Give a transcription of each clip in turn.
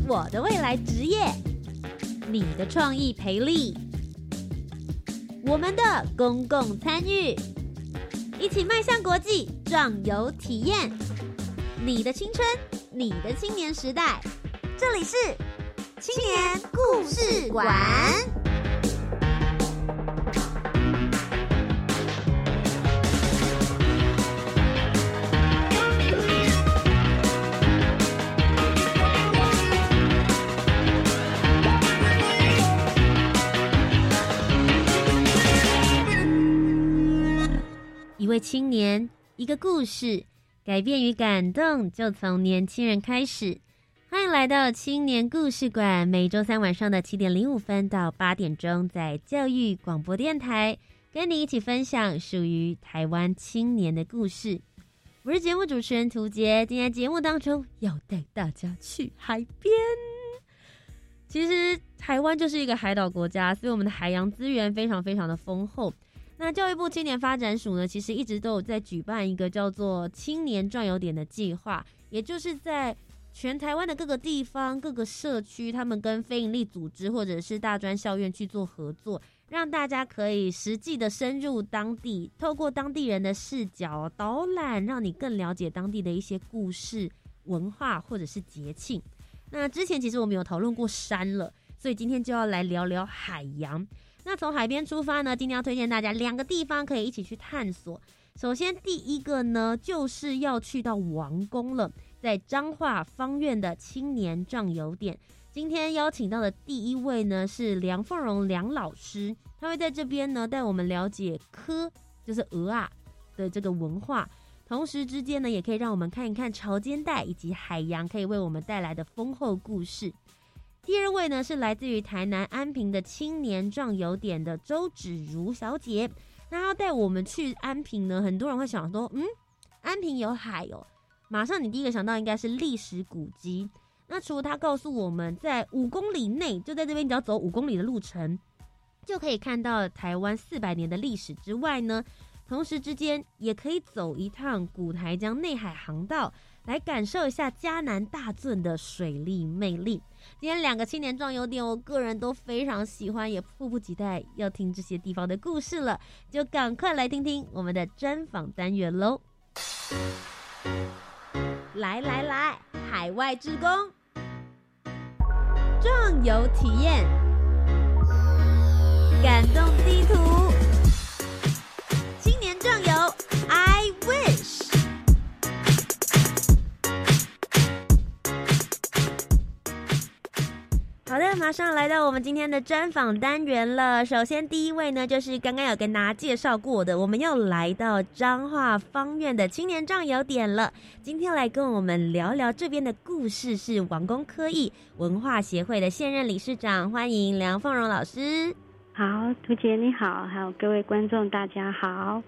我的未来职业，你的创意培力，我们的公共参与，一起迈向国际，壮游体验。你的青春，你的青年时代，这里是青年故事馆。一位青年，一个故事，改变与感动就从年轻人开始。欢迎来到青年故事馆，每周三晚上的7点05分到8点钟，在教育广播电台跟你一起分享属于台湾青年的故事。我是节目主持人涂杰，今天节目当中要带大家去海边。其实台湾就是一个海岛国家，所以我们的海洋资源非常非常的丰厚。那教育部青年发展署呢，其实一直都有在举办一个叫做青年壮游点的计划，也就是在全台湾的各个地方、各个社区，他们跟非营利组织或者是大专校院去做合作，让大家可以实际的深入当地，透过当地人的视角导览，让你更了解当地的一些故事、文化或者是节庆。那之前其实我们有讨论过山了，所以今天就要来聊聊海洋。那从海边出发呢，今天要推荐大家2个地方可以一起去探索。首先第一个呢，就是要去到王宫了，在彰化芳苑的青年壮游点。今天邀请到的第一位呢是梁凤荣梁老师，他会在这边呢带我们了解蚵，就是鹅啊的这个文化，同时之间呢也可以让我们看一看潮间带以及海洋可以为我们带来的丰厚故事。第二位呢是来自于台南安平的青年壮游点的周芷如小姐，那要带我们去安平呢，很多人会想说，安平有海哦，马上你第一个想到应该是历史古迹。那除了他告诉我们在5公里内，就在这边只要走5公里的路程，就可以看到台湾400年的历史之外呢，同时之间也可以走一趟古台江内海航道，来感受一下嘉南大圳的水利魅力。今天2个青年壮游点，我个人都非常喜欢，也迫不及待要听这些地方的故事了，就赶快来听听我们的专访单元咯。来，海外志工壮游体验，感动地图，青年壮游 I wish。好的，马上来到我们今天的专访单元了。首先第一位呢，就是刚刚有跟大家介绍过的，我们要来到彰化芳苑的青年壮游点了。今天来跟我们聊聊这边的故事，是王宫科艺文化协会的现任理事长，欢迎梁凤荣老师。 好，涂姐你好，还有各位观众大家好。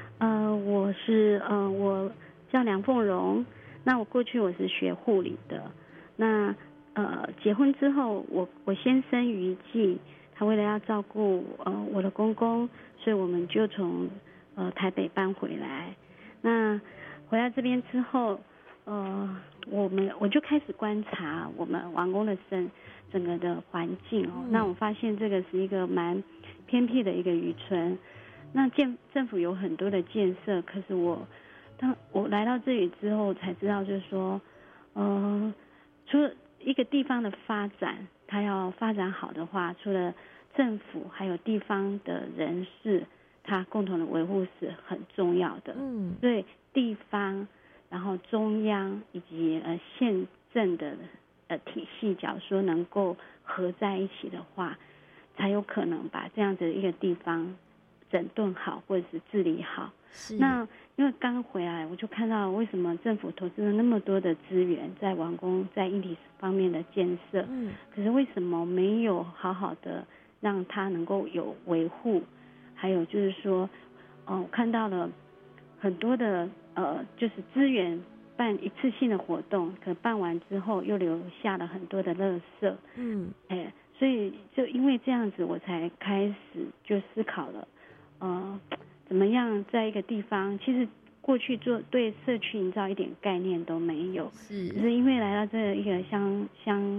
我叫梁凤荣，那我过去我是学护理的，那结婚之后，我先生于季，他为了要照顾我的公公，所以我们就从台北搬回来。那回来这边之后，我就开始观察我们王宫的整个的环境哦。那我发现这个是一个蛮偏僻的一个渔村，那政府有很多的建设，可是当我来到这里之后才知道，就是说，除了一个地方的发展，它要发展好的话，除了政府还有地方的人士，它共同的维护是很重要的。所以地方，然后中央以及县政的体系，假如说能够合在一起的话，才有可能把这样子一个地方整顿好或者是治理好。那因为刚回来，我就看到为什么政府投资了那么多的资源在王宫在硬体方面的建设，可是为什么没有好好的让它能够有维护？还有就是说，我看到了很多的就是资源办一次性的活动，可办完之后又留下了很多的垃圾。所以就因为这样子，我才开始就思考了，怎么样在一个地方，其实过去对社区营造一点概念都没有，只是因为来到这一个乡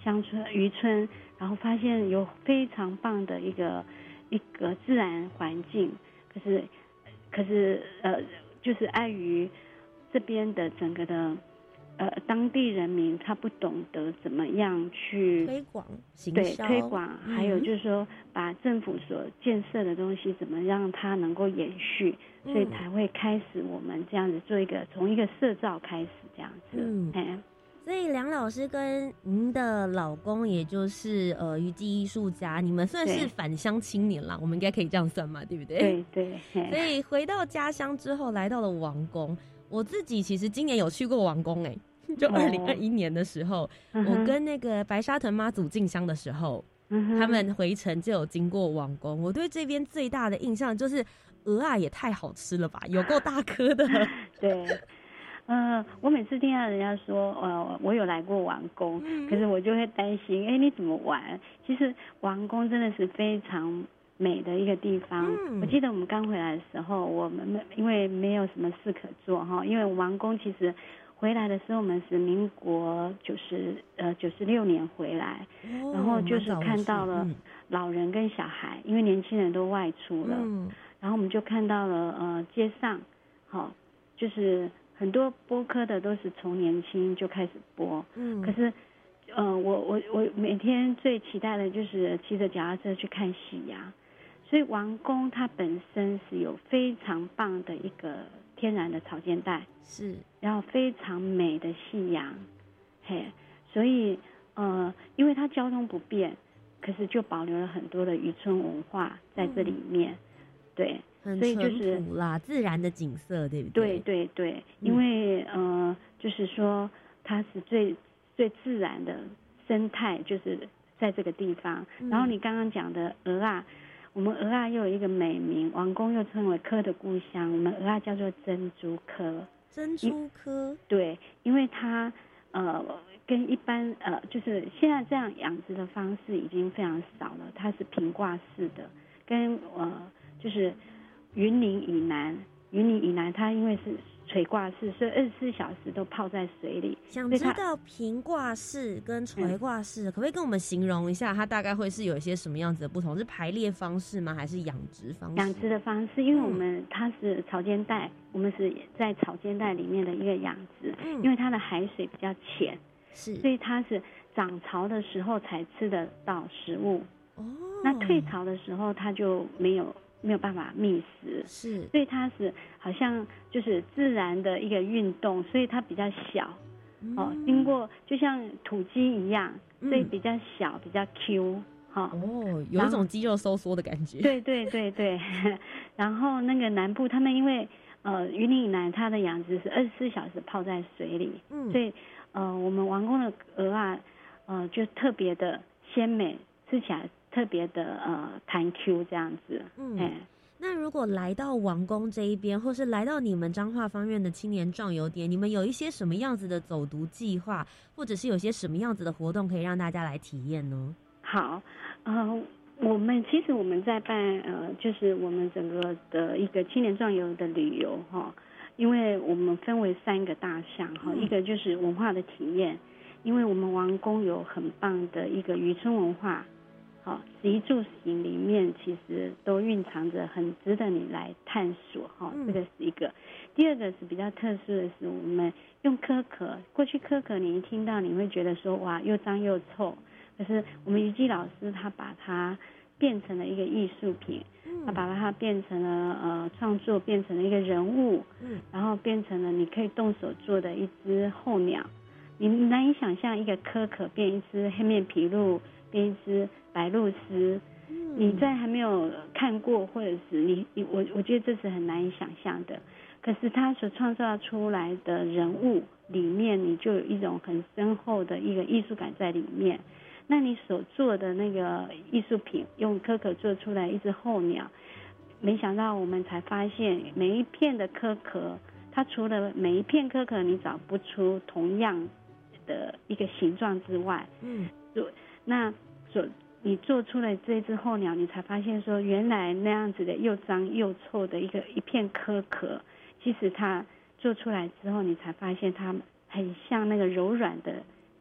渔村，然后发现有非常棒的一个自然环境，可是就是碍于这边的整个的当地人民他不懂得怎么样去推广行对销， 推广，还有就是说把政府所建设的东西怎么让它能够延续，所以才会开始我们这样子做从一个社造开始这样子。 所以梁老师跟您的老公，也就是渔技艺术家，你们算是返乡青年啦，我们应该可以这样算嘛，对不对？ 对。 所以回到家乡之后，来到了王宫。我自己其实今年有去过王宫，就2021年的时候，我跟那个白沙屯妈祖进香的时候，他们回程就有经过王宫。我对这边最大的印象就是鹅啊也太好吃了吧，有够大颗的。 对。我每次听到人家说，我有来过王宫，可是我就会担心，你怎么玩？其实王宫真的是非常美的一个地方。我记得我们刚回来的时候，我们因为没有什么事可做哈，因为王宫其实回来的时候我们是民国96年回来，然后就是看到了老人跟小孩，因为年轻人都外出了，然后我们就看到了街上，就是很多播客的都是从年轻就开始播，可是我每天最期待的就是骑着脚踏车去看夕阳，所以王宫它本身是有非常棒的一个天然的草间带， 是， 然后非常美的夕阳，所以因为它交通不便，可是就保留了很多的渔村文化在这里面，对。所以就是很淳朴啦，自然的景色，对不对？ 对，因为就是说它是最自然的生态，就是在这个地方。然后你刚刚讲的蚵仔，我们蚵仔又有一个美名，王宫又称为蚵的故乡，我们蚵仔叫做珍珠蚵。 珍珠蚵， 对，因为它跟一般就是现在这样养殖的方式已经非常少了，它是平挂式的，跟就是云林以南，它因为是垂挂式，所以24小时都泡在水里。 想知道平挂式跟垂挂式，可不可以跟我们形容一下，它大概会是有一些什么样子的不同？是排列方式吗？还是养殖方式？ 养殖的方式，因为我们它是潮间带，我们是在潮间带里面的一个养殖，因为它的海水比较浅， 是， 所以它是涨潮的时候才吃得到食物。那退潮的时候，它就没有办法觅食， 是， 所以它是好像就是自然的一个运动，所以它比较小，经过就像土鸡一样，所以比较小，比较 Q， 有一种肌肉收缩的感觉。 对。然后那个南部他们因为云林以南它的养殖是24小时泡在水里，所以我们王宫的蚵仔就特别的鲜美，吃起来特别的弹 Q 这样子。 那如果来到王宫这一边，或是来到你们彰化方院的青年壮游点，你们有一些什么样子的走读计划，或者是有些什么样子的活动可以让大家来体验呢？ 好，其实我们在办就是我们整个的一个青年壮游的旅游因为我们分为3个大项一个就是文化的体验，因为我们王宫有很棒的一个渔村文化。食衣住行里面其实都蕴藏着很值得你来探索这个是一个。第二个是比较特殊的是，我们用蚵壳，过去蚵壳你一听到你会觉得说哇又脏又臭，可是我们渔技老师他把它变成了一个艺术品，他把它变成了创作，变成了一个人物，然后变成了你可以动手做的一只候鸟。你难以想象一个蚵壳变一只黑面琵鹭，变一只白鹭鸶，你在还没有看过，或者是我觉得这是很难以想象的。可是他所创造出来的人物里面，你就有一种很深厚的一个艺术感在里面。那你所做的那个艺术品，用蚵壳做出来一只候鸟，没想到我们才发现，每一片的蚵壳，它除了每一片蚵壳你找不出同样的一个形状之外，你做出来这只候鸟，你才发现说，原来那样子的又脏又臭的一片蚵壳，其实它做出来之后，你才发现它很像那个柔软的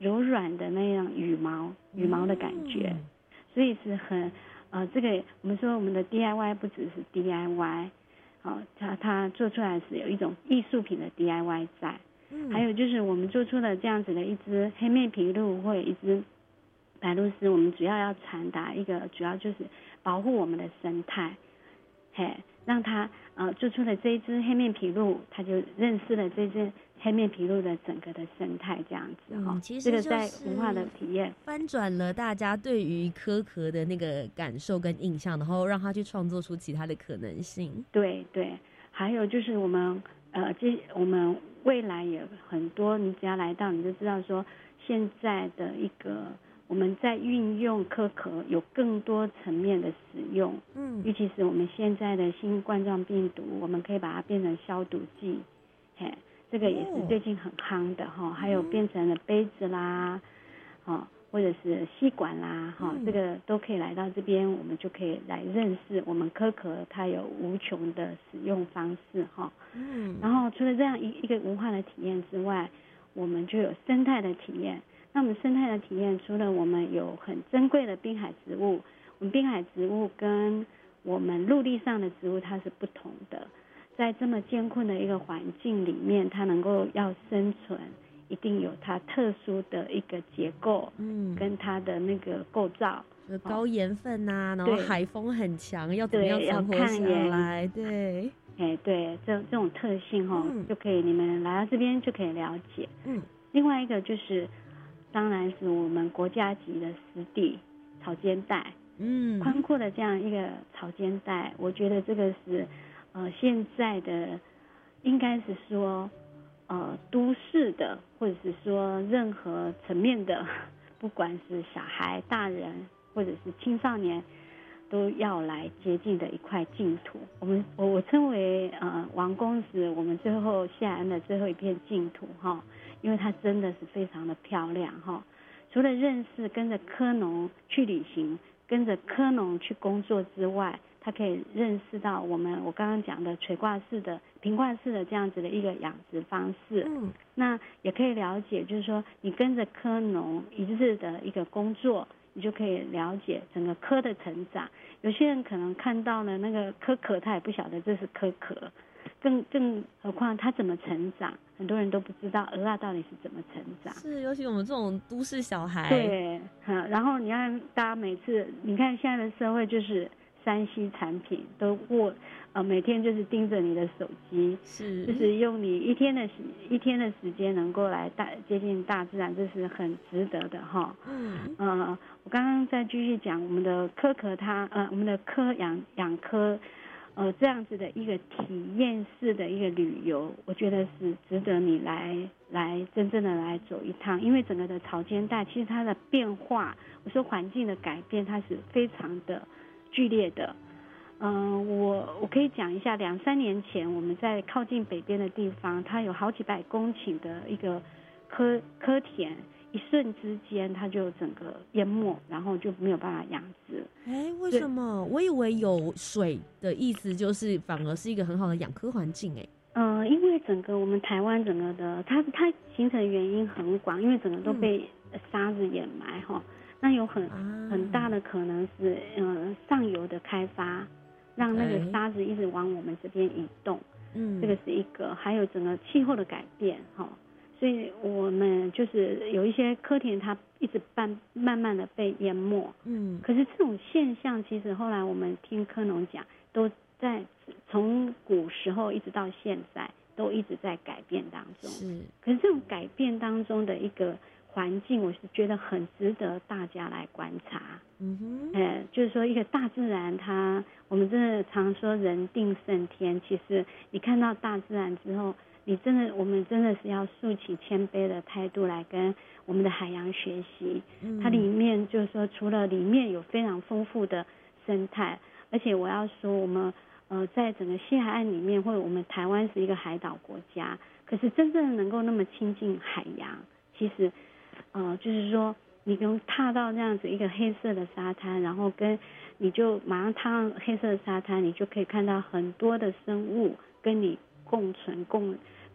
柔软的那样羽毛的感觉，所以是很这个我们说我们的 DIY 不只是 DIY， 它做出来是有一种艺术品的 DIY 在，还有就是我们做出了这样子的一只黑面琵鹭或者一只白鹭鸶，我们主要要传达一个主要就是保护我们的生态，让它做出了这一只黑面琵鹭，它就认识了这只黑面琵鹭的整个的生态这样子其实这个在文化的体验翻转了大家对于蚵壳的那个感受跟印象，然后让它去创作出其他的可能性。 对对，还有就是我们我们未来也很多，你只要来到你就知道说现在的一个我们在运用蚵壳有更多层面的使用，尤其是我们现在的新冠状病毒，我们可以把它变成消毒剂，这个也是最近很夯的还有变成了杯子啦，或者是吸管啦，这个都可以来到这边，我们就可以来认识我们蚵壳它有无穷的使用方式然后除了这样一个文化的体验之外，我们就有生态的体验。那我们生态的体验，除了我们有很珍贵的滨海植物，我们滨海植物跟我们陆地上的植物它是不同的，在这么艰困的一个环境里面，它能够要生存，一定有它特殊的一个结构，跟它的那个构造， 高盐分然后海风很强，要怎么样存活下来？对， 对，这种特性就可以你们来到这边就可以了解。另外一个就是当然是我们国家级的湿地潮间带，宽阔的这样一个潮间带，我觉得这个是现在的应该是说都市的或者是说任何层面的，不管是小孩、大人或者是青少年，都要来接近的一块净土。我称为王宫是我们最后下安的最后一片净土因为它真的是非常的漂亮除了认识跟着蚵农去旅行，跟着蚵农去工作之外，它可以认识到我刚刚讲的垂挂式的平挂式的这样子的一个养殖方式，那也可以了解就是说你跟着蚵农一致的一个工作，你就可以了解整个蚵的成长。有些人可能看到了那个蚵壳，他也不晓得这是蚵壳，更何况它怎么成长，很多人都不知道蚵到底是怎么成长。 是，尤其我们这种都市小孩。 对，然后你看大家每次你看现在的社会就是3C 产品都每天就是盯着你的手机，就是用你一天的时间能够来接近大自然，这是很值得的我刚刚再继续讲我们的蚵壳我们的蚵养蚵这样子的一个体验式的一个旅游，我觉得是值得你来真正的来走一趟。因为整个的潮间带其实它的变化，我说环境的改变，它是非常的剧烈的。我可以讲一下，2-3年前我们在靠近北边的地方，它有好几百公顷的一个蚵田，一瞬之间它就整个淹没，然后就没有办法养殖。 为什么？我以为有水的意思就是反而是一个很好的养蚵环境因为整个我们台湾整个的它形成的原因很广，因为整个都被沙子掩埋那有很大的可能是上游的开发，让那个沙子一直往我们这边移动，这个是一个，还有整个气候的改变所以我们就是有一些蚵田它一直慢慢的被淹没，可是这种现象其实后来我们听蚵农讲，都在从古时候一直到现在都一直在改变当中。可是这种改变当中的一个环境，我是觉得很值得大家来观察。就是说一个大自然我们真的常说人定胜天，其实你看到大自然之后，我们真的是要竖起谦卑的态度来跟我们的海洋学习。它里面就是说除了里面有非常丰富的生态，而且我要说我们在整个西海岸里面，或者我们台湾是一个海岛国家，可是真正能够那么亲近海洋，其实就是说你能踏到那样子一个黑色的沙滩，然后你就马上踏上黑色的沙滩，你就可以看到很多的生物跟你共存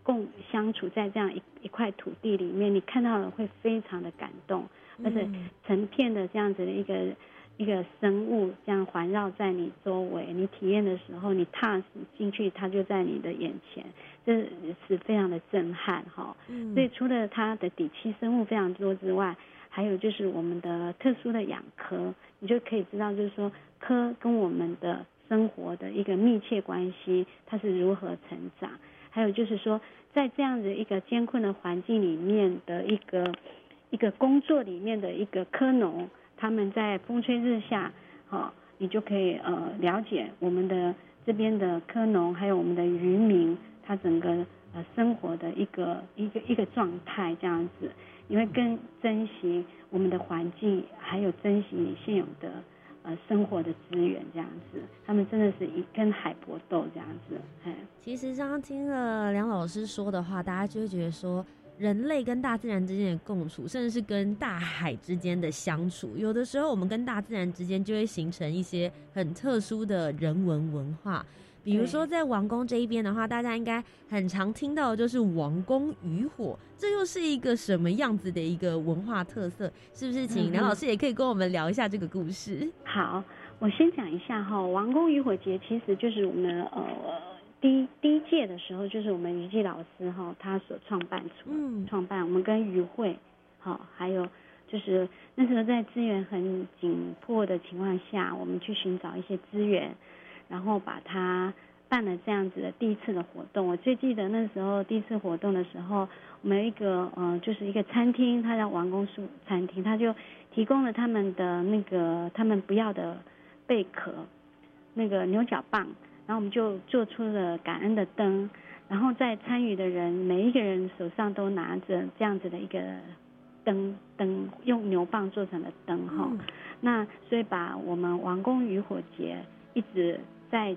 共相处在这样一块土地里面，你看到了会非常的感动，而且成片的这样子的一个生物这样环绕在你周围，你体验的时候，你踏进去，它就在你的眼前，这是非常的震撼哈。所以除了它的底栖生物非常多之外，还有就是我们的特殊的养科，你就可以知道，就是说科跟我们的生活的一个密切关系，它是如何成长。还有就是说，在这样的一个艰困的环境里面的一个工作里面的一个科农，他们在风吹日下，你就可以了解我们的这边的科农，还有我们的渔民，他整个生活的一个状态这样子，你会更珍惜我们的环境，还有珍惜现有的生活的资源这样子，他们真的是跟海搏斗这样子。 其实刚刚听了梁老师说的话，大家就会觉得说，人类跟大自然之间的共处，甚至是跟大海之间的相处，有的时候我们跟大自然之间就会形成一些很特殊的人文化。比如说在王宫这一边的话，大家应该很常听到的就是王宫渔火，这又是一个什么样子的一个文化特色？是不是请梁老师也可以跟我们聊一下这个故事？ 好，我先讲一下哈，王宫渔火节其实就是我们第一届的时候，就是我们渔季老师哈他所创办我们跟渔会还有就是那时候在资源很紧迫的情况下，我们去寻找一些资源，然后把它办了这样子的第一次的活动。我最记得那时候第一次活动的时候，我们有一个就是一个餐厅，它叫王宫树餐厅，它就提供了他们的那个他们不要的贝壳，那个牛角棒，然后我们就做出了感恩的灯，然后在参与的人每一个人手上都拿着这样子的一个灯，用牛蒡做成的灯哈。那所以把我们王宫渔火节一直在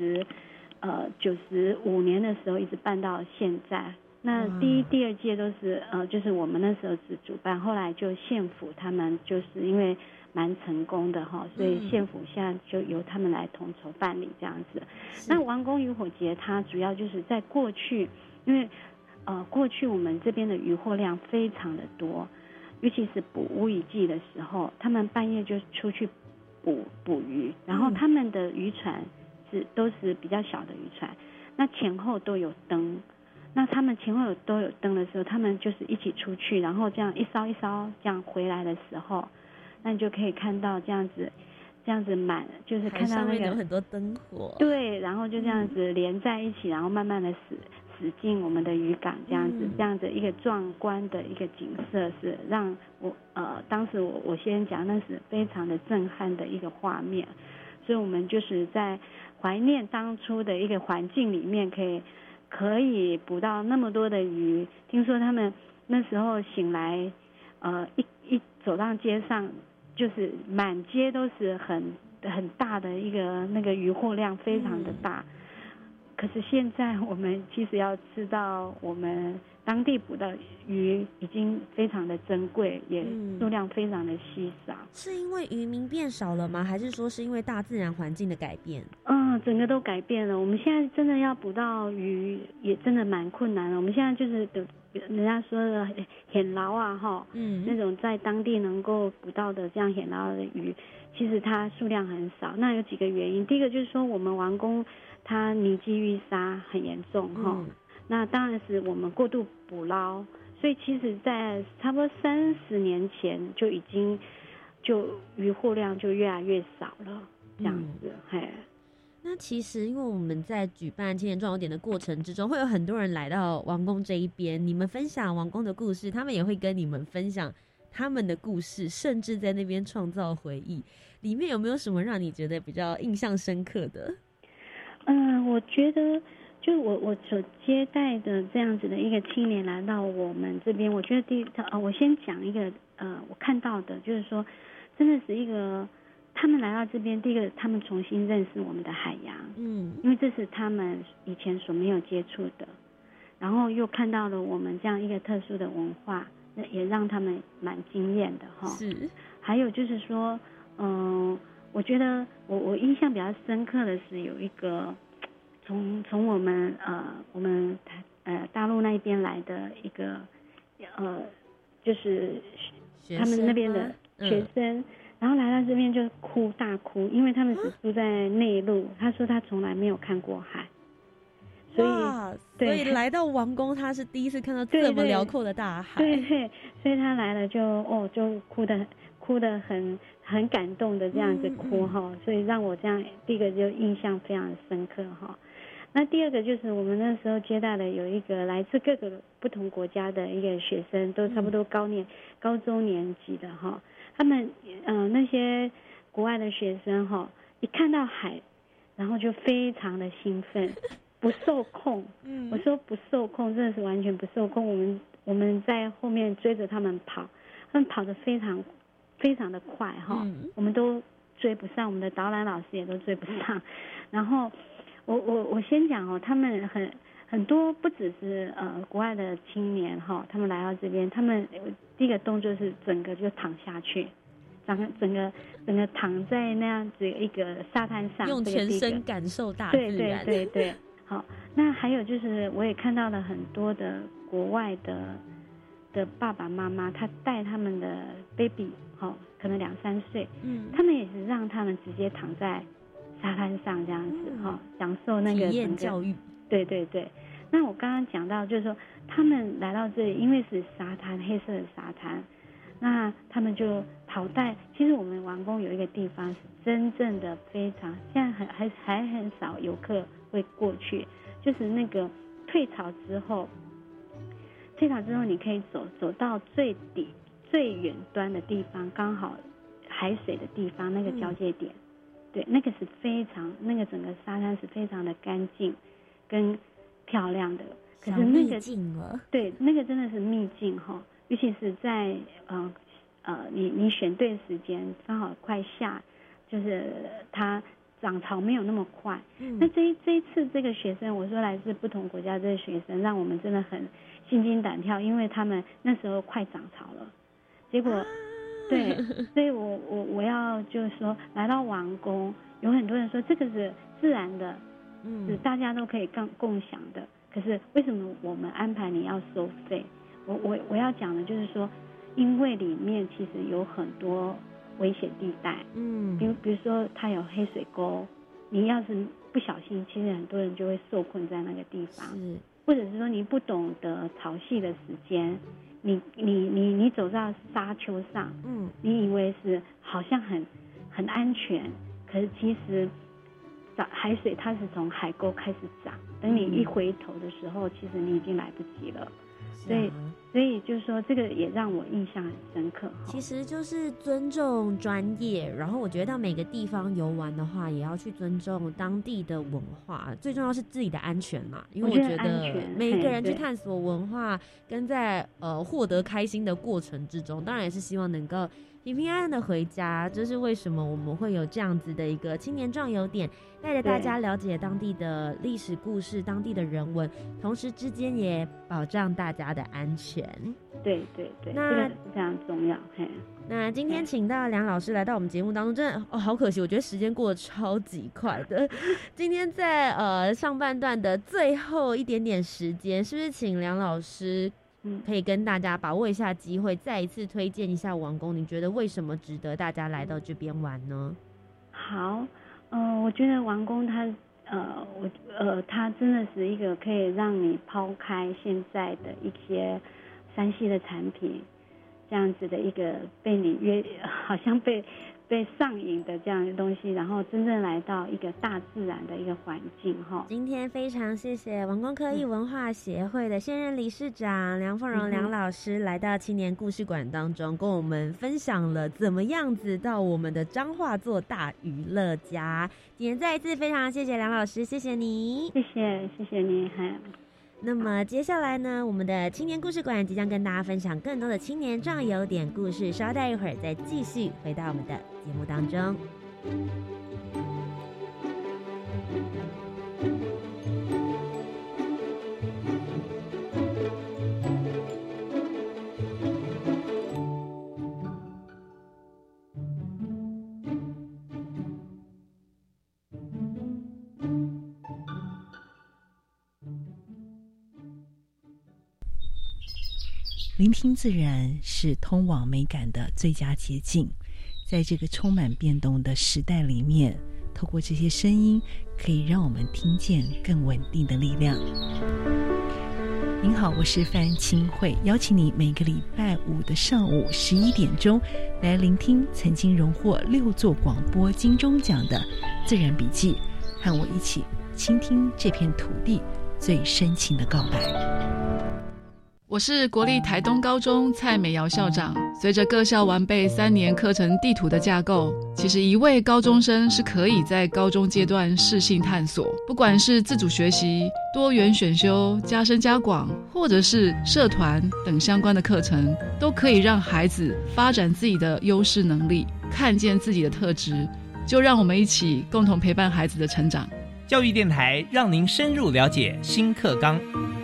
95年的时候一直办到现在。那第二届都是就是我们那时候是主办，后来就县府他们就是因为蛮成功的哈，所以县府现在就由他们来统筹办理这样子。那王宫渔火节它主要就是在过去，因为过去我们这边的渔获量非常的多，尤其是捕乌鱼季的时候，他们半夜就出去捕鱼，然后他们的渔船都是比较小的渔船，那前后都有灯。那他们前后都有灯的时候，他们就是一起出去，然后这样一艘一艘这样回来的时候，那你就可以看到这样子就是看到那个有很多灯火， 对，然后就这样子连在一起，然后慢慢的驶进我们的渔港，这样子一个壮观的一个景色，是让我当时我先讲，那是非常的震撼的一个画面，所以我们就是在怀念当初的一个环境里面，可以捕到那么多的鱼。听说他们那时候醒来，一走到街上，就是满街都是很大的一个那个渔获量，非常的大。可是现在我们其实要知道，我们当地捕的鱼已经非常的珍贵，也数量非常的稀少。 是因为渔民变少了吗？还是说是因为大自然环境的改变？ 整个都改变了。我们现在真的要捕到鱼，也真的蛮困难的。我们现在就是人家说的舧捞啊，那种在当地能够捕到的这样舧捞的鱼，其实它数量很少。那有几个原因，第一个就是说我们王宫它泥基淤沙很严重那当然是我们过度捕捞，所以其实在差不多30年前就已经渔获量就越来越少了这样子。 那其实因为我们在举办青年壮游点的过程之中，会有很多人来到王宫这一边，你们分享王宫的故事，他们也会跟你们分享他们的故事，甚至在那边创造回忆。里面有没有什么让你觉得比较印象深刻的？ 我觉得就我所接待的这样子的一个青年来到我们这边，我觉得我先讲一个我看到的，就是说真的是一个。他们来到这边，第一个他们重新认识我们的海洋，因为这是他们以前所没有接触的，然后又看到了我们这样一个特殊的文化，那也让他们蛮惊艳的哈。 是， 还有就是说，我觉得我印象比较深刻的是有一个从我们大陆那边来的一个就是学他们那边生的吗学生，然后来到这边就大哭，因为他们只住在内陆，他说他从来没有看过海，所哇， 以所以来到王宫，他是第一次看到对这么对辽阔的大海。 对对，所以他来了就哭得很感动的这样子哭哈，所以让我这样第一个就印象非常深刻哈。那第二个就是我们那时候接待的有一个来自各个不同国家的一个学生，都差不多高中年级的哈，他们那些国外的学生哈，一看到海，然后就非常的兴奋，不受控。我说不受控，真的是完全不受控。我们在后面追着他们跑，他们跑得非常非常的快哈，我们都追不上，我们的导览老师也都追不上。然后我先讲哦，他们很多不只是国外的青年哈，他们来到这边，他们第一个动作是整个就躺下去，整个躺在那样子一个沙滩上， 用全身感受大自然。 对。好，那还有就是我也看到了很多的国外的爸爸妈妈，他带他们的 baby 可能2-3岁，他们也是让他们直接躺在沙滩上这样子享受那个体验教育。 对。那我刚刚讲到就是说，他们来到这里，因为是沙滩，黑色的沙滩，那他们就跑带。其实我们王宫有一个地方是真正的非常，现在还很少游客会过去，就是那个退潮之后你可以走到最底最远端的地方，刚好海水的地方那个交界点，对，那个是那个整个沙滩是非常的干净跟漂亮的。可是那个对，那个真的是秘境哈，尤其是在你选对时间，刚好快下，就是它涨潮没有那么快。那这一次这个学生，我说来自不同国家这些学生，让我们真的很心惊胆跳，因为他们那时候快涨潮了，结果对，所以我要就是说，来到王宫，有很多人说这个是自然的，是大家都可以共享的。可是为什么我们安排你要收费？我要讲的就是说，因为里面其实有很多危险地带，比如说它有黑水沟，你要是不小心，其实很多人就会受困在那个地方，或者是说你不懂得潮汐的时间，你走到沙丘上，你以为是好像很安全，可是其实海水它是从海沟开始涨，等你一回头的时候，其实你已经来不及了。所以就是说，这个也让我印象很深刻。 其实就是尊重专业，然后我觉得到每个地方游玩的话，也要去尊重当地的文化，最重要是自己的安全嘛。因为我觉得每个人去探索文化，跟在获得开心的过程之中，当然也是希望能够平平安安的回家。这是为什么我们会有这样子的一个青年壮游点，带着大家了解当地的历史故事、当地的人文，同时之间也保障大家的安全。 对，那这个是非常重要。 那今天请到梁老师来到我们节目当中，真的好可惜，我觉得时间过得超级快的。今天在上半段的最后一点点时间，是不是请梁老师可以跟大家把握一下机会，再一次推荐一下王宫？你觉得为什么值得大家来到这边玩呢？ 好，我觉得王宫它它真的是一个可以让你抛开现在的一些3C 的产品，这样子的一个被你好像被上瘾的这样的东西，然后真正来到一个大自然的一个环境哈。 今天非常谢谢王宫科艺文化协会的现任理事长梁凤荣梁老师来到青年故事馆当中，跟我们分享了怎么样子到我们的彰化做大娱乐家。今天再一次非常谢谢梁老师，谢谢你， 谢谢你。 那么接下来呢，我们的青年故事馆即将跟大家分享更多的青年壮游点故事，稍待一会儿再继续回到我们的节目当中。 聆听自然是通往美感的最佳捷径。在这个充满变动的时代里面，透过这些声音，可以让我们听见更稳定的力量。您好，我是范清慧，邀请你每个礼拜五的上午11点钟来聆听曾经荣获6座广播金钟奖的自然笔记，和我一起倾听这片土地最深情的告白。 我是国立台东高中蔡美瑶校长。随着各校完备3年课程地图的架构，其实一位高中生是可以在高中阶段适性探索，不管是自主学习、多元选修、加深加广，或者是社团等相关的课程，都可以让孩子发展自己的优势能力，看见自己的特质。就让我们一起共同陪伴孩子的成长。 教育电台让您深入了解新课纲。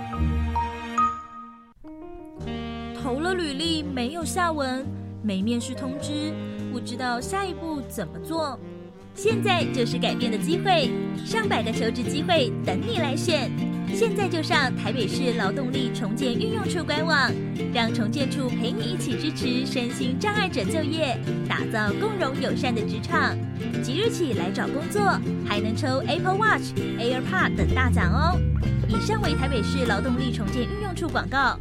投了履历没有下文，没面试通知，不知道下一步怎么做。现在就是改变的机会，上百个求职机会等你来选。现在就上台北市劳动力重建运用处官网，让重建处陪你一起支持身心障碍者就业，打造共融友善的职场。即日起来找工作，还能抽 Apple Watch、AirPod 等大奖哦。以上为台北市劳动力重建运用处广告。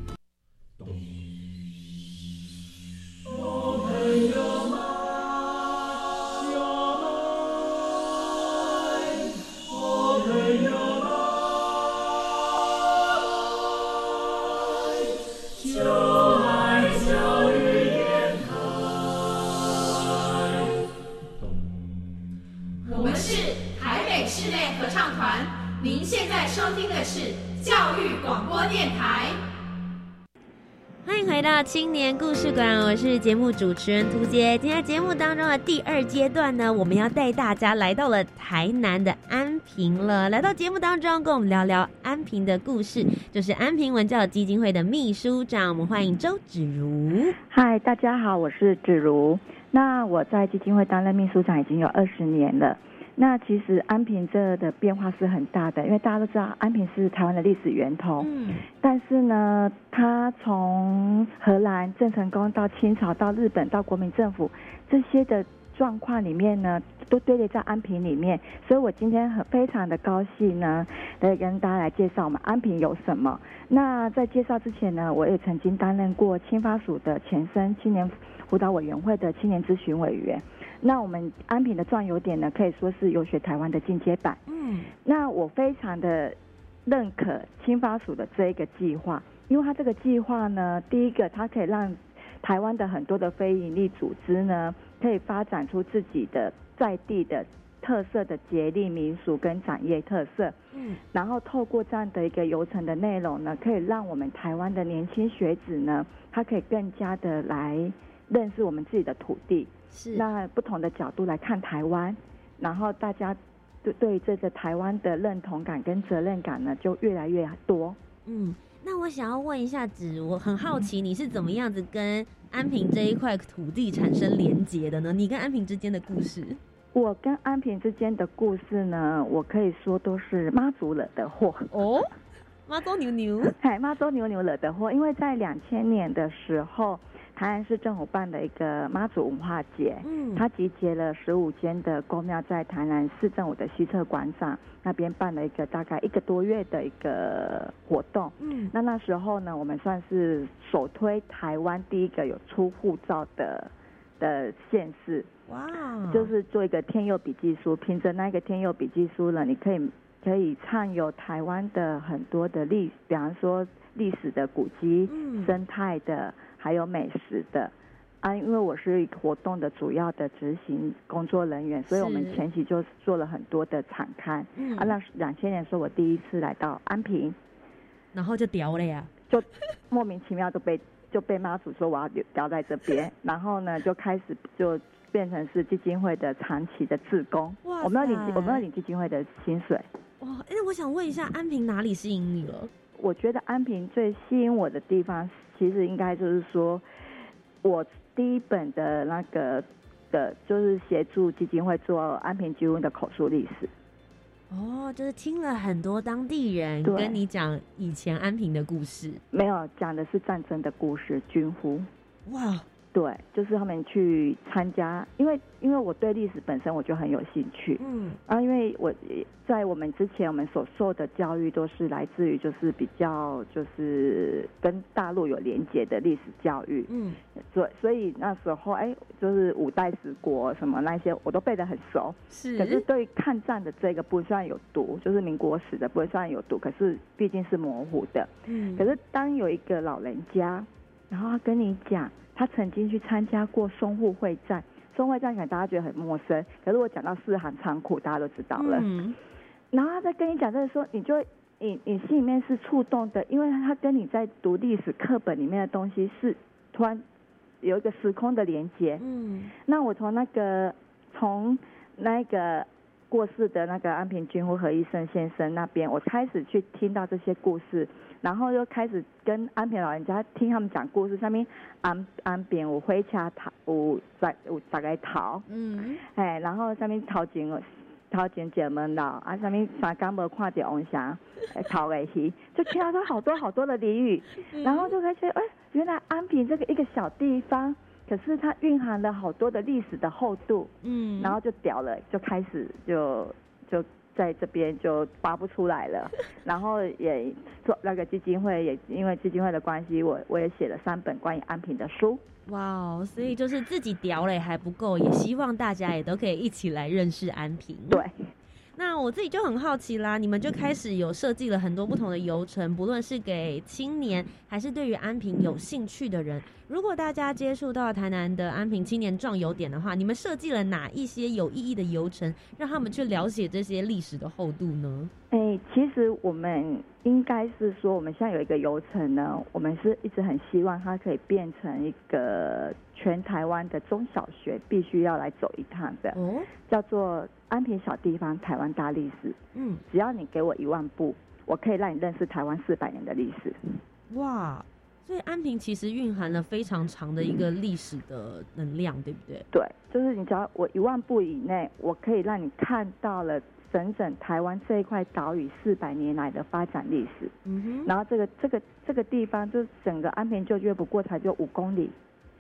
我们是台北室内合唱团，您现在收听的是教育广播电台。 欢迎回到青年故事馆，我是节目主持人涂杰。今天节目当中的第2阶段呢，我们要带大家来到了台南的安平了。来到节目当中，跟我们聊聊安平的故事，就是安平文教基金会的秘书长，我们欢迎周芷如。 嗨，大家好，我是芷如。那我在基金会担任秘书长已经有20年了。那其实安平这的变化是很大的，因为大家都知道安平是台湾的历史源头，但是呢，它从荷兰郑成功到清朝到日本到国民政府这些的状况里面呢，都堆叠在安平里面，所以我今天非常的高兴呢，来跟大家来介绍我们安平有什么。那在介绍之前呢，我也曾经担任过青发署的前身青年辅导委员会的青年咨询委员。那我们安平的壮游点呢，可以说是游学台湾的进阶版。那我非常的认可青发署的这一个计划，因为它这个计划呢，第一个它可以让台湾的很多的非营利组织呢，可以发展出自己的在地的特色的节令民俗跟产业特色，然后透过这样的一个游程的内容呢，可以让我们台湾的年轻学子呢，他可以更加的来认识我们自己的土地，那不同的角度来看台湾，然后大家对这个台湾的认同感跟责任感呢，就越来越多。 那我想要问一下芷如，我很好奇你是怎么样子跟安平这一块土地产生连结的呢？你跟安平之间的故事？ 我跟安平之间的故事呢，我可以说都是妈祖惹的祸哦。妈祖牛牛， 妈祖牛牛惹的祸，因为在2000年的时候，台南市政府办的一个妈祖文化节，它集结了15间的公庙，在台南市政府的西侧广场那边办了一个大概1个多月的一个活动。那时候呢，我们算是首推台湾第一个有出护照的县市。哇！就是做一个天佑笔记书，凭着那个天佑笔记书呢，你可以畅游台湾的很多的比方说历史的古迹、生态的，还有美食的。因为我是活动的主要的执行工作人员，所以我们前期就做了很多的场刊。那2000年是我第一次来到安平， 然后就屌了呀， 就莫名其妙就被妈祖说我要屌在这边，然后呢就开始就变成是基金会的长期的志工。我们要领基金会的薪水。 哇，我想问一下，安平哪里吸引你了？ 我觉得安平最吸引我的地方，其实应该就是说，我第一本的那个就是协助基金会做安平居屋的口述历史。 哦，就是听了很多当地人跟你讲以前安平的故事。 没有，讲的是战争的故事，军呼。 哇， 对，就是他们去参加，因为我对历史本身我就很有兴趣，因为我在我们之前我们所受的教育都是来自于就是比较就是跟大陆有连结的历史教育，所以那时候就是五代十国什么那些我都背得很熟，可是对抗战的这个部分虽然有读，就是民国史的部分虽然有读，可是毕竟是模糊的，可是当有一个老人家，然后他跟你讲。他曾经去参加过淞沪会战，淞沪会战可能大家觉得很陌生，可是我讲到四行仓库，大家都知道了。然后他在跟你讲这个时候，你心里面是触动的，因为他跟你在读历史课本里面的东西是突然有一个时空的连接。那我从那个过世的那个安平军呼何医生先生那边，我开始去听到这些故事。然后又开始跟安平老人家听他们讲故事，上面安平有火车有大概逃，然后上面头前姐门老啊，上面三天没看到王霞逃回去，就听到好多好多的俚语，然后就开始原来安平这个一个小地方，可是它蕴含了好多的历史的厚度，然后就屌了，就开始就在这边就发不出来了，然后也做那个基金会，也因为基金会的关系，我也写了3本关于安平的书。 哇，所以就是自己屌了也还不够，也希望大家也都可以一起来认识安平。 对。 那我自己就很好奇啦，你们就开始有设计了很多不同的游程，不论是给青年还是对于安平有兴趣的人。如果大家接触到台南的安平青年壮游点的话，你们设计了哪一些有意义的游程，让他们去了解这些历史的厚度呢？ 其实我们应该是说，我们现在有一个游程呢，我们是一直很希望它可以变成一个全台湾的中小学必须要来走一趟的，叫做安平小地方台湾大历史。只要你给我1万步，我可以让你认识台湾400年的历史。 哇，所以安平其实蕴含了非常长的一个历史的能量，对不对？ 对，就是你只要我1万步以内，我可以让你看到了整台湾这一块岛屿400年来的发展历史。然后这个地方，就是整个安平旧居不过才就5公里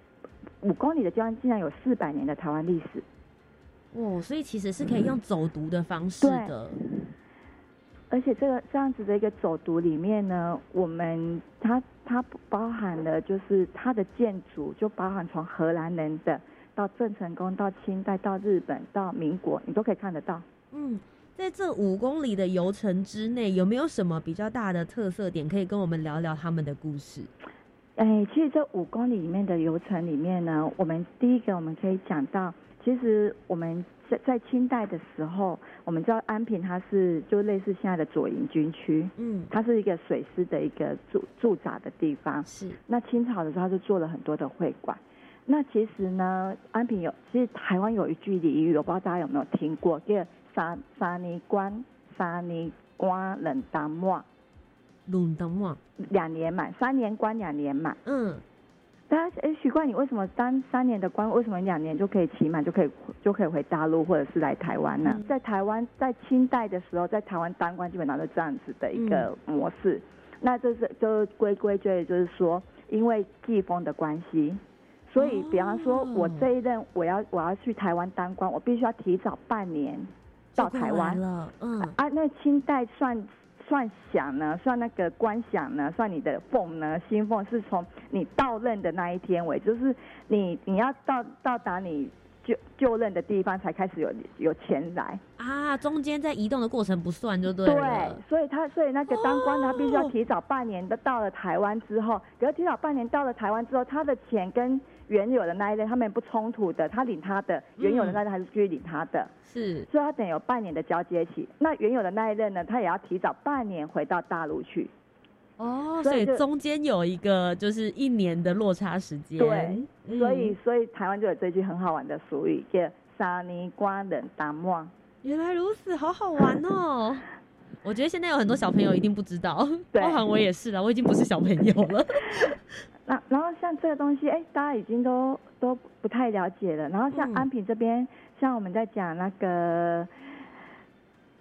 ，5公里的地方竟然有400年的台湾历史。 所以其实是可以用走读的方式的。 而且这样子的一个走读里面呢，我们它包含了就是它的建筑，就包含从荷兰人的到郑成功到清代到日本到民国，你都可以看得到。 在这5公里的游程之内，有没有什么比较大的特色点可以跟我们聊聊他们的故事？ 其实这5公里里面的游程里面呢，我们第一个我们可以讲到，其实我们在清代的时候，我们知道安平它是就类似现在的左营军区，它是一个水师的一个驻扎的地方。 是。那清朝的时候，它就做了很多的会馆。那其实呢，安平其实台湾有一句俚语，我不知道大家有没有听过，叫三年关冷当满。 冷当满 2年满，3年关2年满。大家徐冠，你为什么当3年的关，为什么2年就可以期满，就可以回大陆或者是来台湾呢？在台湾，在清代的时候，在台湾当官基本上是这样子的一个模式。那这是就归结就是说，因为季风的关系，所以比方说我这一任我要去台湾当官，我必须要提早半年到台湾了。 那清代算饷呢，算那个官饷呢，算你的俸呢，薪俸是从你到任的那一天为，就是你要到达你就任的地方才开始有钱来啊，中间在移动的过程不算就对了。 对，所以那个当官他必须要提早半年的到了台湾之后，可是提早半年到了台湾之后，他的钱跟原有的那一类他们不冲突的，他领他的，原有的那一类还是继续领他的。 是， 所以他等有半年的交接期。那原有的那一任呢，他也要提早半年回到大陆去。 所以中间有一个就是1年的落差时间。 对，所以台湾就有这句很好玩的俗语，叫3年关冷当满。 原来如此，好好玩哦！我觉得现在有很多小朋友一定不知道，包含我也是啦，我已经不是小朋友了。 然后像这个东西，大家已经都不太了解了。然后像安平这边，像我们在讲那个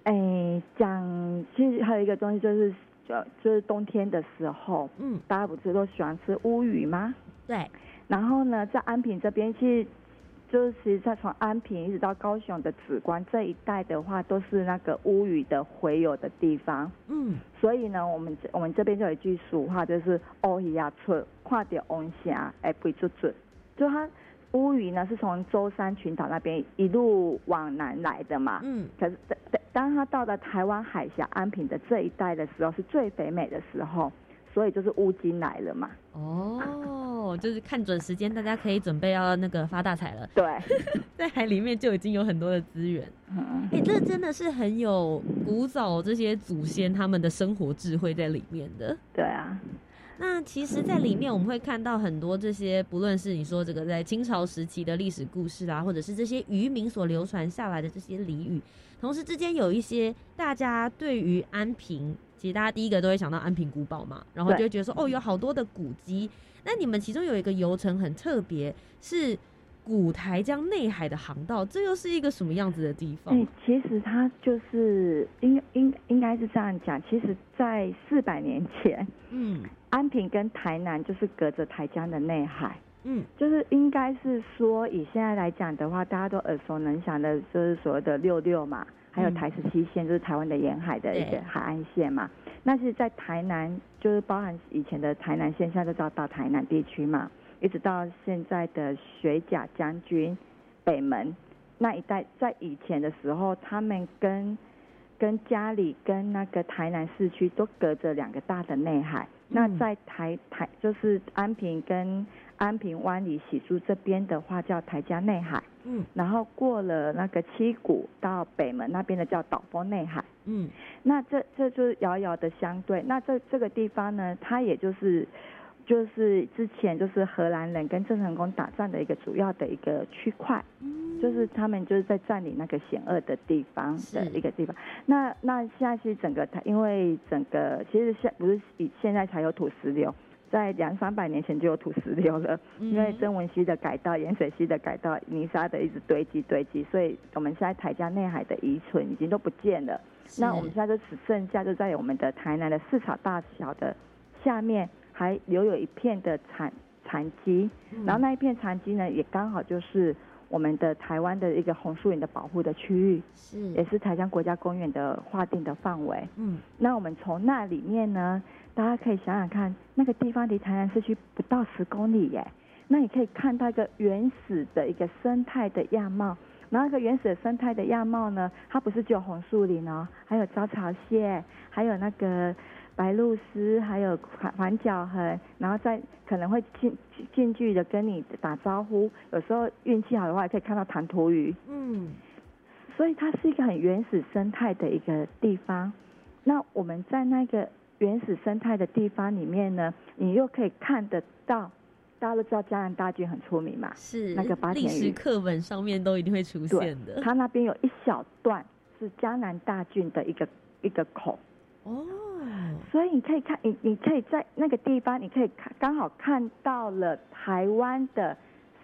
其实还有一个东西就是冬天的时候，大家不是都喜欢吃乌鱼吗？ 对。 然后呢，在安平这边，其实在从安平一直到高雄的梓官这一带的话，都是那个乌鱼的洄游的地方。所以呢，我们这边就有一句俗话，就是乌鱼啊出，看到王虾哎不准准，就它。乌鱼呢是从舟山群岛那边一路往南来的嘛，可是当它到了台湾海峡安平的这一带的时候，是最肥美的时候，所以就是乌金来了嘛。 就是看准时间，大家可以准备要那个发大财了。 对， 在海里面就已经有很多的资源。这真的是很有古早这些祖先他们的生活智慧在里面的。 对啊。 那其实在里面我们会看到很多这些，不论是你说这个在清朝时期的历史故事啊，或者是这些渔民所流传下来的这些俚语，同时之间有一些大家对于安平，其实大家第一个都会想到安平古堡嘛，然后就会觉得说有好多的古迹。那你们其中有一个游程很特别，是古台江内海的航道，这又是一个什么样子的地方？ 其实它就是应该是这样讲，其实在400年前，安平跟台南就是隔着台江的内海，就是应该是说以现在来讲的话，大家都耳熟能详的就是所谓的66嘛，还有台17线，就是台湾的沿海的一个海岸线嘛。那是在台南，就是包含以前的台南县，现在就到台南地区嘛，一直到现在的水甲将军北门那一带，在以前的时候，他们跟嘉里跟那个台南市区都隔着2个大的内海。那在台就是安平跟安平湾里洗漱这边的话叫台江内海，然后过了那个七股到北门那边的叫岛风内海，那这就是遥遥的相对。那这个地方呢，它也就是之前就是荷兰人跟郑成功打仗的一个主要的一个区块，就是他们就是在占领那个险恶的地方的一个地方。那现在其实因为整个其实不是现在才有土石流，在200-300年前就有土石流了，因为曾文溪的改道、盐水溪的改道、泥沙的一直堆积，所以我们现在台江内海的遗存已经都不见了。那我们现在就只剩下就在我们的台南的4草大桥的下面还留有一片的残基，然后那一片残基呢，也刚好就是我们的台湾的一个红树林的保护的区域，也是台江国家公园的划定的范围。那我们从那里面呢，大家可以想想看，那个地方离台南市区不到10公里耶，那你可以看到一个原始的一个生态的样貌。然后一个原始的生态的样貌呢，它不是只有红树林哦，还有招潮蟹，还有那个白鹭鸶，还有环角鸻，然后再可能会近距离的跟你打招呼，有时候运气好的话，也可以看到弹涂鱼。所以它是一个很原始生态的一个地方。那我们在那个原始生态的地方里面呢，你又可以看得到。大家都知道嘉南大郡很出名嘛， 是那个八田鱼， 历史课本上面都一定会出现的。 它那边有一小段是嘉南大郡的一个口所以你可以看，你可以在那个地方，你可以刚好看到了台湾的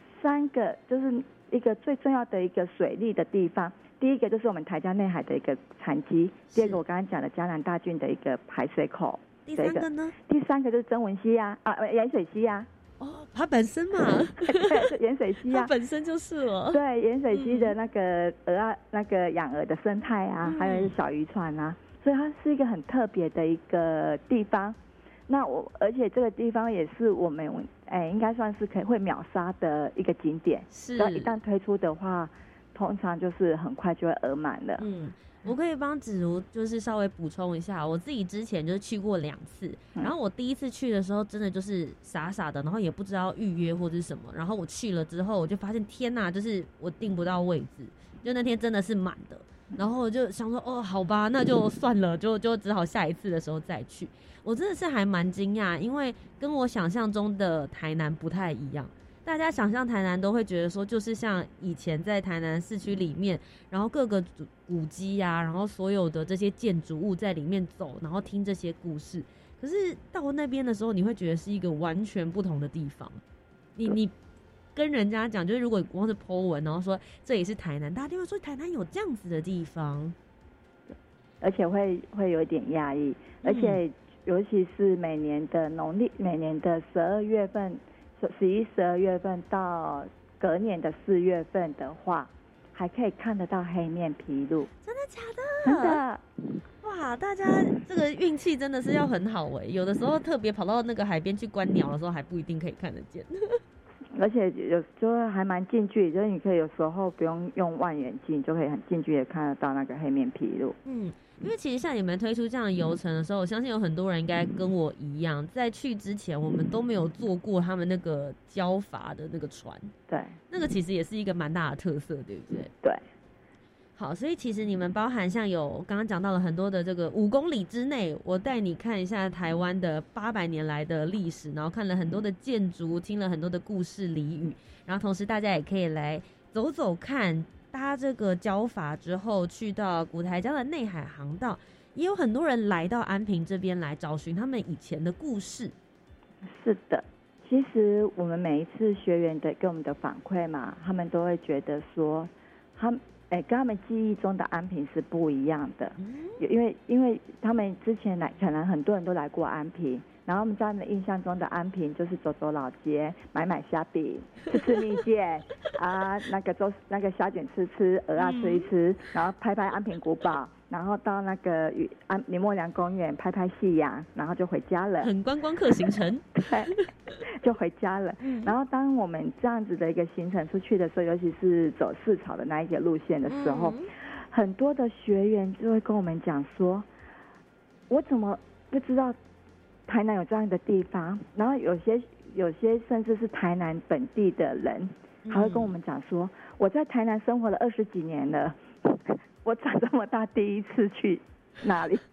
3个，就是一个最重要的一个水利的地方。第一个就是我们台江内海的一个产基，第二个我刚刚讲的嘉南大郡的一个排水口， 第3个呢？ 第3个就是曾文溪盐水溪它本身嘛， 对，盐水溪它本身就是了。 对，盐水溪的那个那个养鹅的生态啊，还有小渔船啊，所以它是一个很特别的一个地方。那而且这个地方也是我们应该算是会秒杀的一个景点。 是， 一旦推出的话，通常就是很快就会额满了。 我可以帮芷如就是稍微补充一下，我自己之前就是去过2次，然后我第一次去的时候真的就是傻傻的，然后也不知道预约或者是什么，然后我去了之后我就发现天哪，就是我订不到位置，就那天真的是满的，然后我就想说好吧，那就算了，就只好下一次的时候再去。我真的是还蛮惊讶，因为跟我想象中的台南不太一样。大家想象台南都会觉得说，就是像以前在台南市区里面，然后各个古迹啊，然后所有的这些建筑物在里面走，然后听这些故事。可是到那边的时候，你会觉得是一个完全不同的地方。你跟人家讲，就是如果光是 po 文，然后说这里是台南，大家就会说台南有这样子的地方。 而且会有一点压抑，而且尤其是每年的12月份，11、12月份到隔年的4月份的话，还可以看得到黑面琵鹭。 真的假的？ 真的。 哇，大家这个运气真的是要很好哎，有的时候特别跑到那个海边去观鸟的时候，还不一定可以看得见。 而且就还蛮近距离，就是你可以有时候不用望远镜，就可以很近距离看得到那个黑面琵鹭。 因为其实像你们推出这样的游程的时候，我相信有很多人应该跟我一样，在去之前我们都没有坐过他们那个礁筏的那个船。 对， 那个其实也是一个蛮大的特色，对不对？ 对。 好，所以其实你们包含像有刚刚讲到了很多的这个5公里之内，我带你看一下台湾的800年来的历史，然后看了很多的建筑，听了很多的故事俚语，然后同时大家也可以来走走看，搭这个礁筏之后去到古台江的内海航道，也有很多人来到安平这边来找寻他们以前的故事。 是的，其实我们每一次学员的给我们的反馈嘛，他们都会觉得说跟他们记忆中的安平是不一样的，因为他们之前可能很多人都来过安平，然后他们在他们印象中的安平就是走走老街，买虾饼，吃蜜饯啊，那个虾卷吃，鹅啊吃一吃，然后拍安平古堡，然后到那个林默娘公园拍夕阳，然后就回家了， 很观光客行程。 对，就回家了。然后当我们这样子的一个行程出去的时候，尤其是走市草的那一个路线的时候，很多的学员就会跟我们讲说，我怎么不知道台南有这样的地方？然后有些甚至是台南本地的人，还会跟我们讲说，我在台南生活了20几年了，我长这么大第一次去那里，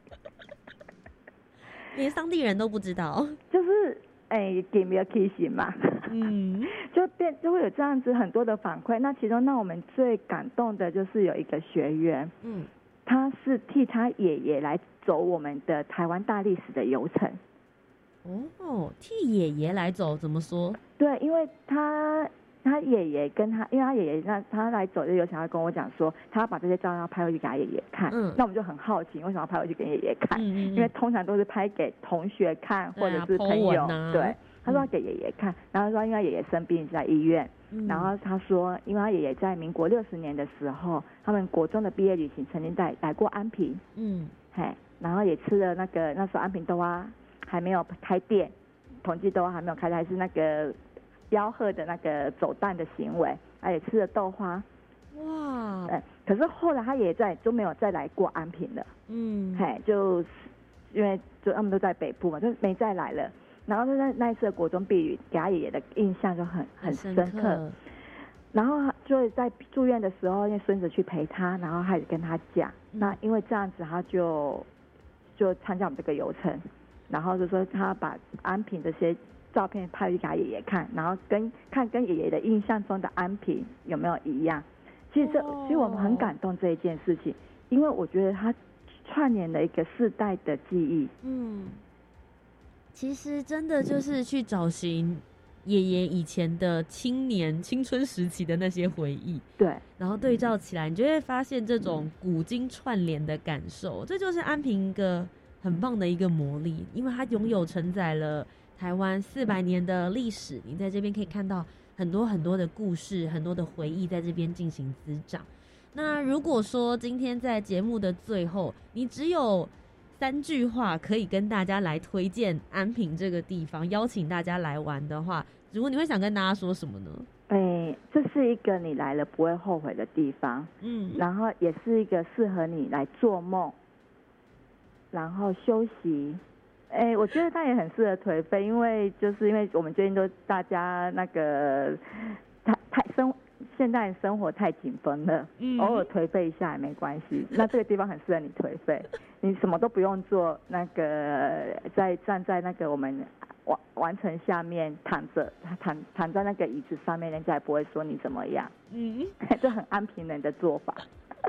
连当地人都不知道， 就是给没有提醒嘛，就会有这样子很多的反馈。那其中让我们最感动的就是有一个学员，他是替他爷爷来走我们的台湾大历史的游程。 哦，替爷爷来走，怎么说？ 对，因为他爷爷跟因为他爷爷他来走就有想要跟我讲说，他要把这些照片拍回去给他爷爷看。那我们就很好奇，为什么要拍回去给爷爷看？因为通常都是拍给同学看或者是朋友。对，他说要给爷爷看，然后说因为他爷爷生病在医院，然后他说因为他爷爷在民国60年的时候，他们国中的毕业旅行曾经来过安平，然后也吃了那时候安平豆花还没有开店，统计豆花还没有开，还是那个吆喝的那个走蛋的行为，他也吃了豆花。哇！可是后来他也就没有再来过安平了。就因为他们都在北部嘛，就没再来了。然后那一次的国中毕旅，给他爷爷的印象就很深刻。然后就在住院的时候，因为孙子去陪他，然后他也跟他讲，那因为这样子，他就参加我们这个游程，然后就说他把安平这些照片拍给他爷爷看，然后跟爷爷的印象中的安平有没有一样。其实我们很感动这一件事情，因为我觉得他串联了一个世代的记忆。 其实真的就是去找寻爷爷以前的青春时期的那些回忆， 对， 然后对照起来，你就会发现这种古今串联的感受，这就是安平一个很棒的一个魔力，因为它拥有承载了台湾400年的历史，你在这边可以看到很多很多的故事，很多的回忆在这边进行滋长。那如果说今天在节目的最后，你只有3句话可以跟大家来推荐安平这个地方，邀请大家来玩的话，如果你会想跟大家说什么呢？ 这是一个你来了不会后悔的地方，然后也是一个适合你来做梦，然后休息。我觉得它也很适合颓废，因为我们最近都大家那个现在生活太紧绷了，偶尔颓废一下也没关系。那这个地方很适合你颓废，你什么都不用做，那个站在那个我们完成下面躺在那个椅子上面，人家也不会说你怎么样。这很安平人的做法。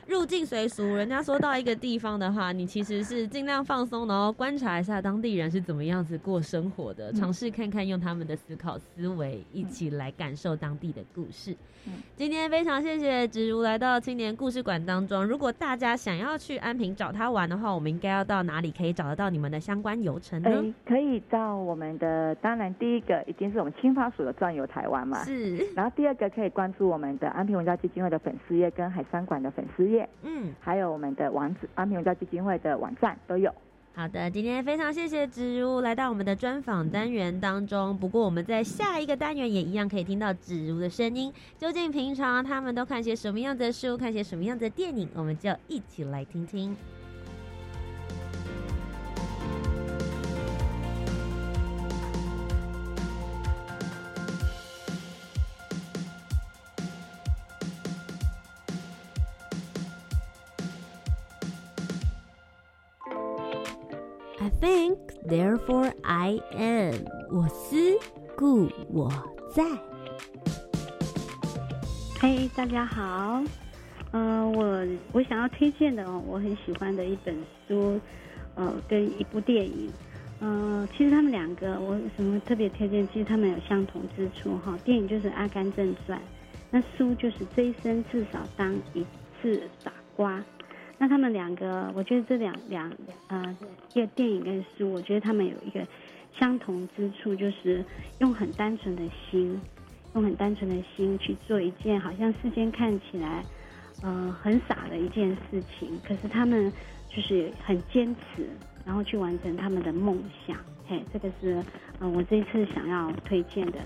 入境随俗，人家说到一个地方的话，你其实是尽量放松，然后观察一下当地人是怎么样子过生活的，尝试看看用他们的思考思维一起来感受当地的故事。今天非常谢谢芷如来到青年故事馆当中。如果大家想要去安平找他玩的话，我们应该要到哪里可以找得到你们的相关游程呢？ 可以到我们的，当然第一个一定是我们青发署的转游台湾嘛， 是。 然后第二个可以关注我们的安平文教基金会的粉丝页跟海山馆的粉丝页，还有我们的网址安平文教基金会的网站都有。 好的，今天非常谢谢芷如来到我们的专访单元当中。不过我们在下一个单元也一样可以听到芷如的声音。究竟平常他们都看些什么样子的书，看些什么样子的电影，我们就一起来听听。I think, therefore I am. 我思故我在。 嘿，大家好。我想要推荐的我很喜欢的一本书，跟一部电影。其实他们两个我为什么特别推荐？其实他们有相同之处哈。电影就是《阿甘正传》，那书就是《这一生至少当一次傻瓜》。那他们两个，我觉得这两个电影跟书，我觉得他们有一个相同之处，就是用很单纯的心去做一件好像世间看起来很傻的一件事情，可是他们就是很坚持，然后去完成他们的梦想。嘿，这个是我这一次想要推荐的。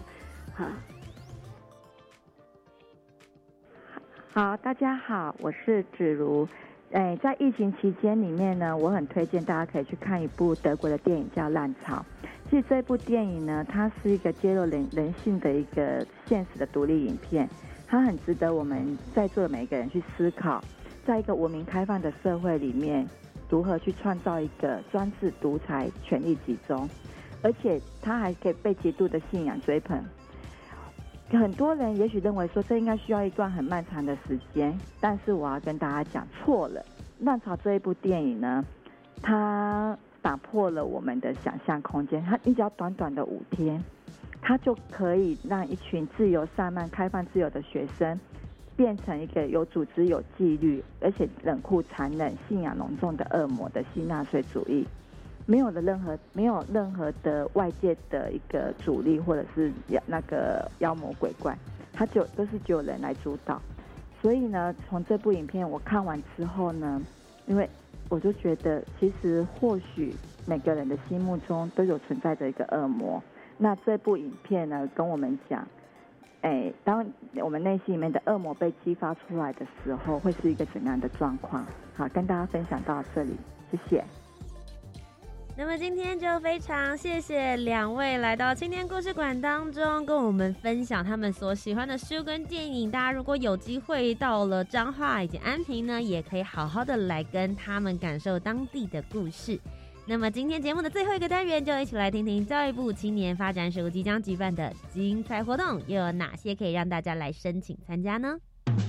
好，大家好，我是芷如。在疫情期间里面呢，我很推荐大家可以去看一部德国的电影叫《烂草》。其实这部电影呢，它是一个揭露人性的一个现实的独立影片，它很值得我们在座的每一个人去思考，在一个文明开放的社会里面，如何去创造一个专制独裁、权力集中，而且它还可以被极度的信仰追捧。很多人也许认为说这应该需要一段很漫长的时间，但是我要跟大家讲错了。《烂草》这一部电影呢，它打破了我们的想象空间，它只要短短的5天，它就可以让一群自由散漫、开放自由的学生变成一个有组织、有纪律，而且冷酷残忍、信仰浓重的恶魔的新纳粹主义。没有任何的外界的一个阻力，或者是那个妖魔鬼怪，它都是只有人来主导。所以呢，从这部影片我看完之后呢，因为我就觉得，其实或许每个人的心目中都有存在着一个恶魔。那这部影片呢，跟我们讲，当我们内心里面的恶魔被激发出来的时候，会是一个怎样的状况？好，跟大家分享到这里，谢谢。 那么今天就非常谢谢2位来到青年故事馆当中，跟我们分享他们所喜欢的书跟电影。大家如果有机会到了彰化以及安平呢，也可以好好的来跟他们感受当地的故事。那么今天节目的最后一个单元，就一起来听听教育部青年发展署即将举办的精彩活动，又有哪些可以让大家来申请参加呢？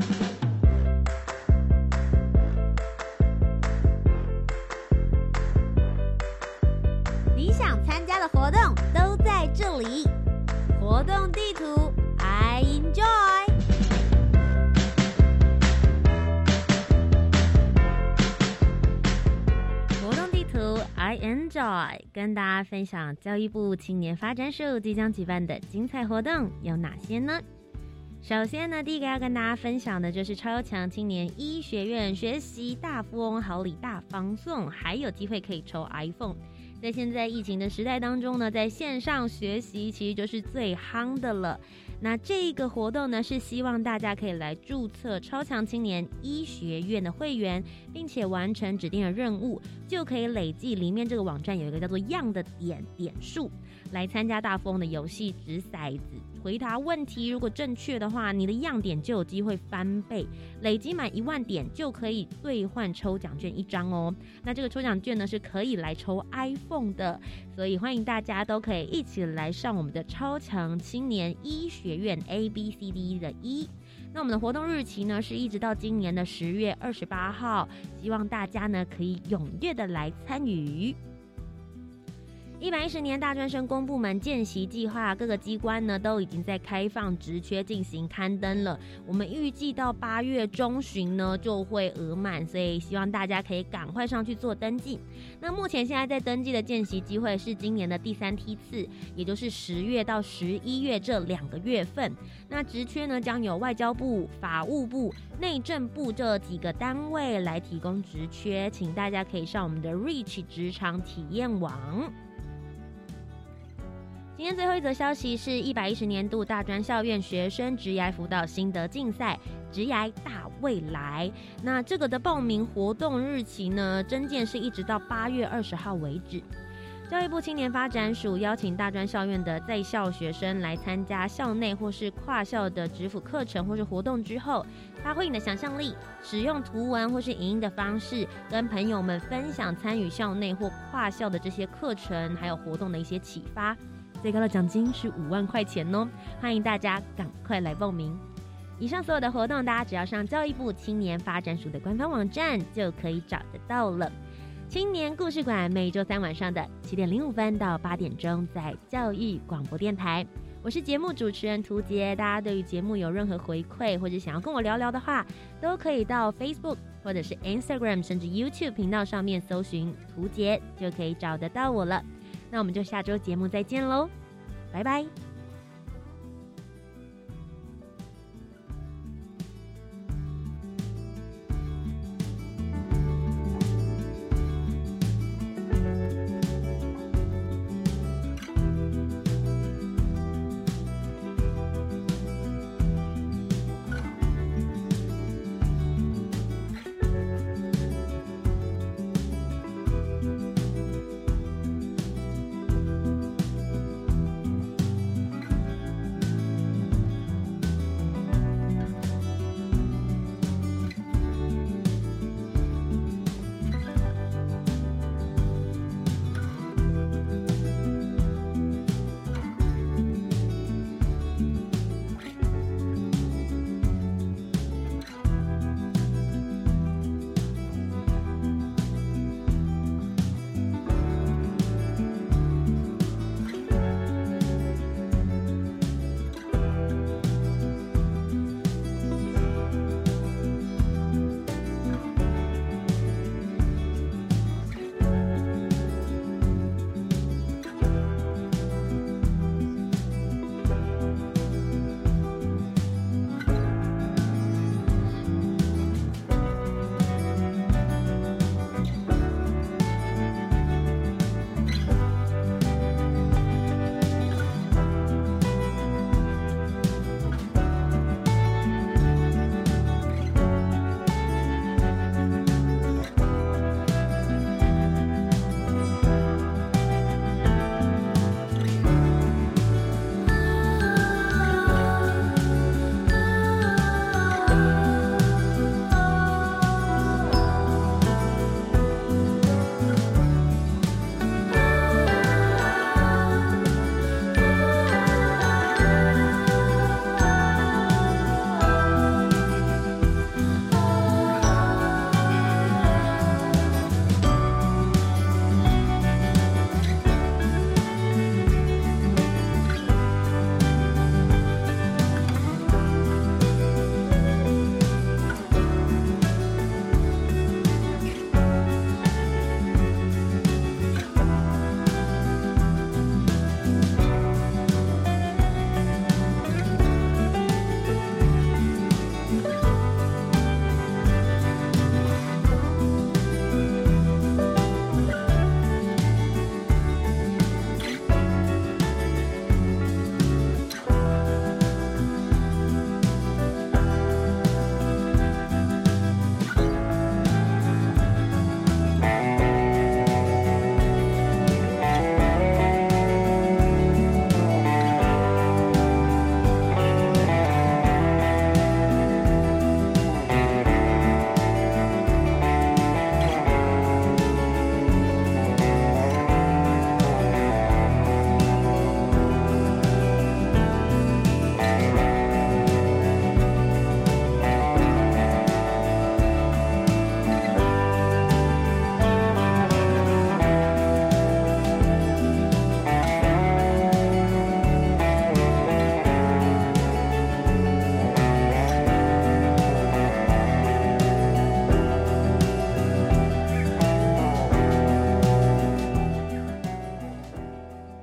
你想参加的活动都在这里，活动地图 I enjoy。 活动地图 I enjoy 跟大家分享教育部青年发展署即将举办的精彩活动有哪些呢？首先呢，第一个要跟大家分享的就是超强青年医学院学习大富翁好礼大放送，还有机会可以抽 iPhone。在现在疫情的时代当中呢，在线上学习其实就是最夯的了。那这个活动呢，是希望大家可以来注册超强青年医学院的会员，并且完成指定的任务，就可以累计里面这个网站有一个叫做样的点数，来参加大富翁的游戏掷骰子，回答问题，如果正确的话，你的样点就有机会翻倍，累积满1万点就可以兑换抽奖券1张哦。那这个抽奖券呢，是可以来抽 iPhone 的，所以欢迎大家都可以一起来上我们的超强青年医学院 ABCD 的1 那我们的活动日期呢是一直到今年的10月28号，希望大家呢可以踊跃的来参与。110年大专生公部门见习计划，各个机关呢都已经在开放职缺进行刊登了。我们预计到8月中旬呢就会额满，所以希望大家可以赶快上去做登记。那目前现在在登记的见习机会是今年的第3梯次，也就是10月到11月这2个月份。那职缺呢将有外交部、法务部、内政部这几个单位来提供职缺，请大家可以上我们的 Reach 职场体验网。今天最后一则消息是110年度大专校院学生职涯辅导心得竞赛职涯大未来。那这个的报名活动日期呢，征件是一直到8月20号为止。教育部青年发展署邀请大专校院的在校学生来参加校内或是跨校的职辅课程或是活动之后，发挥你的想象力，使用图文或是影音的方式，跟朋友们分享参与校内或跨校的这些课程还有活动的一些启发。最高的奖金是5万块钱哦，欢迎大家赶快来报名。以上所有的活动，大家只要上教育部青年发展署的官方网站就可以找得到了。青年故事馆每周3晚上的7点05分到8点钟，在教育广播电台。我是节目主持人涂洁，大家对于节目有任何回馈或者想要跟我聊聊的话，都可以到 Facebook 或者是 Instagram 甚至 YouTube 频道上面搜寻涂洁，就可以找得到我了。那我们就下周节目再见喽，拜拜。